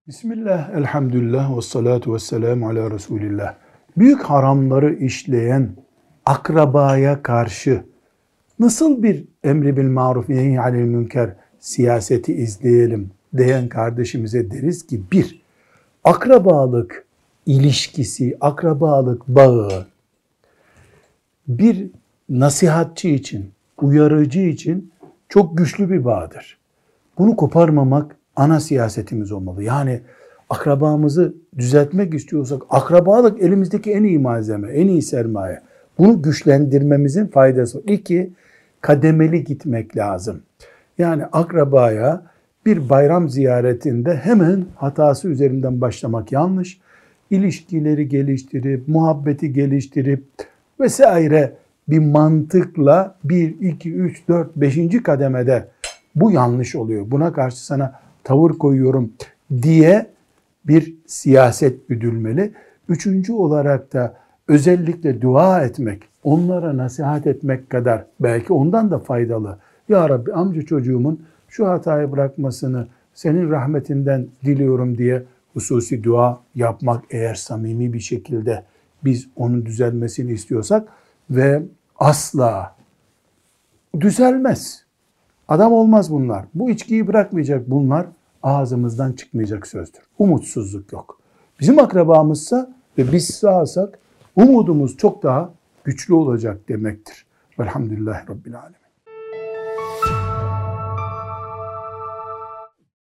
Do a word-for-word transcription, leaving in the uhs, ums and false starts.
Bismillah, elhamdülillah, ve salatu ve selamu ala Resulillah. Büyük haramları işleyen akrabaya karşı nasıl bir emri bil maruf nehy anil münker siyaseti izleyelim diyen kardeşimize deriz ki, bir, akrabalık ilişkisi, akrabalık bağı bir nasihatçı için, uyarıcı için çok güçlü bir bağdır. Bunu koparmamak ana siyasetimiz olmalı. Yani akrabamızı düzeltmek istiyorsak, akrabalık elimizdeki en iyi malzeme, en iyi sermaye. Bunu güçlendirmemizin faydası var. İki, kademeli gitmek lazım. Yani akrabaya bir bayram ziyaretinde hemen hatası üzerinden başlamak yanlış. İlişkileri geliştirip, muhabbeti geliştirip vesaire bir mantıkla bir, iki, üç, dört, beşinci kademede bu yanlış oluyor, buna karşı sana tavır koyuyorum diye bir siyaset güdülmeli. Üçüncü olarak da özellikle dua etmek, onlara nasihat etmek kadar belki ondan da faydalı. Ya Rabbi, amca çocuğumun şu hatayı bırakmasını senin rahmetinden diliyorum diye hususi dua yapmak, eğer samimi bir şekilde biz onun düzelmesini istiyorsak. Ve asla düzelmez, adam olmaz bunlar, bu içkiyi bırakmayacak, bunlar ağzımızdan çıkmayacak sözdür. Umutsuzluk yok. Bizim akrabamızsa ve biz sağsak umudumuz çok daha güçlü olacak demektir. Velhamdülillahi Rabbil Alemin.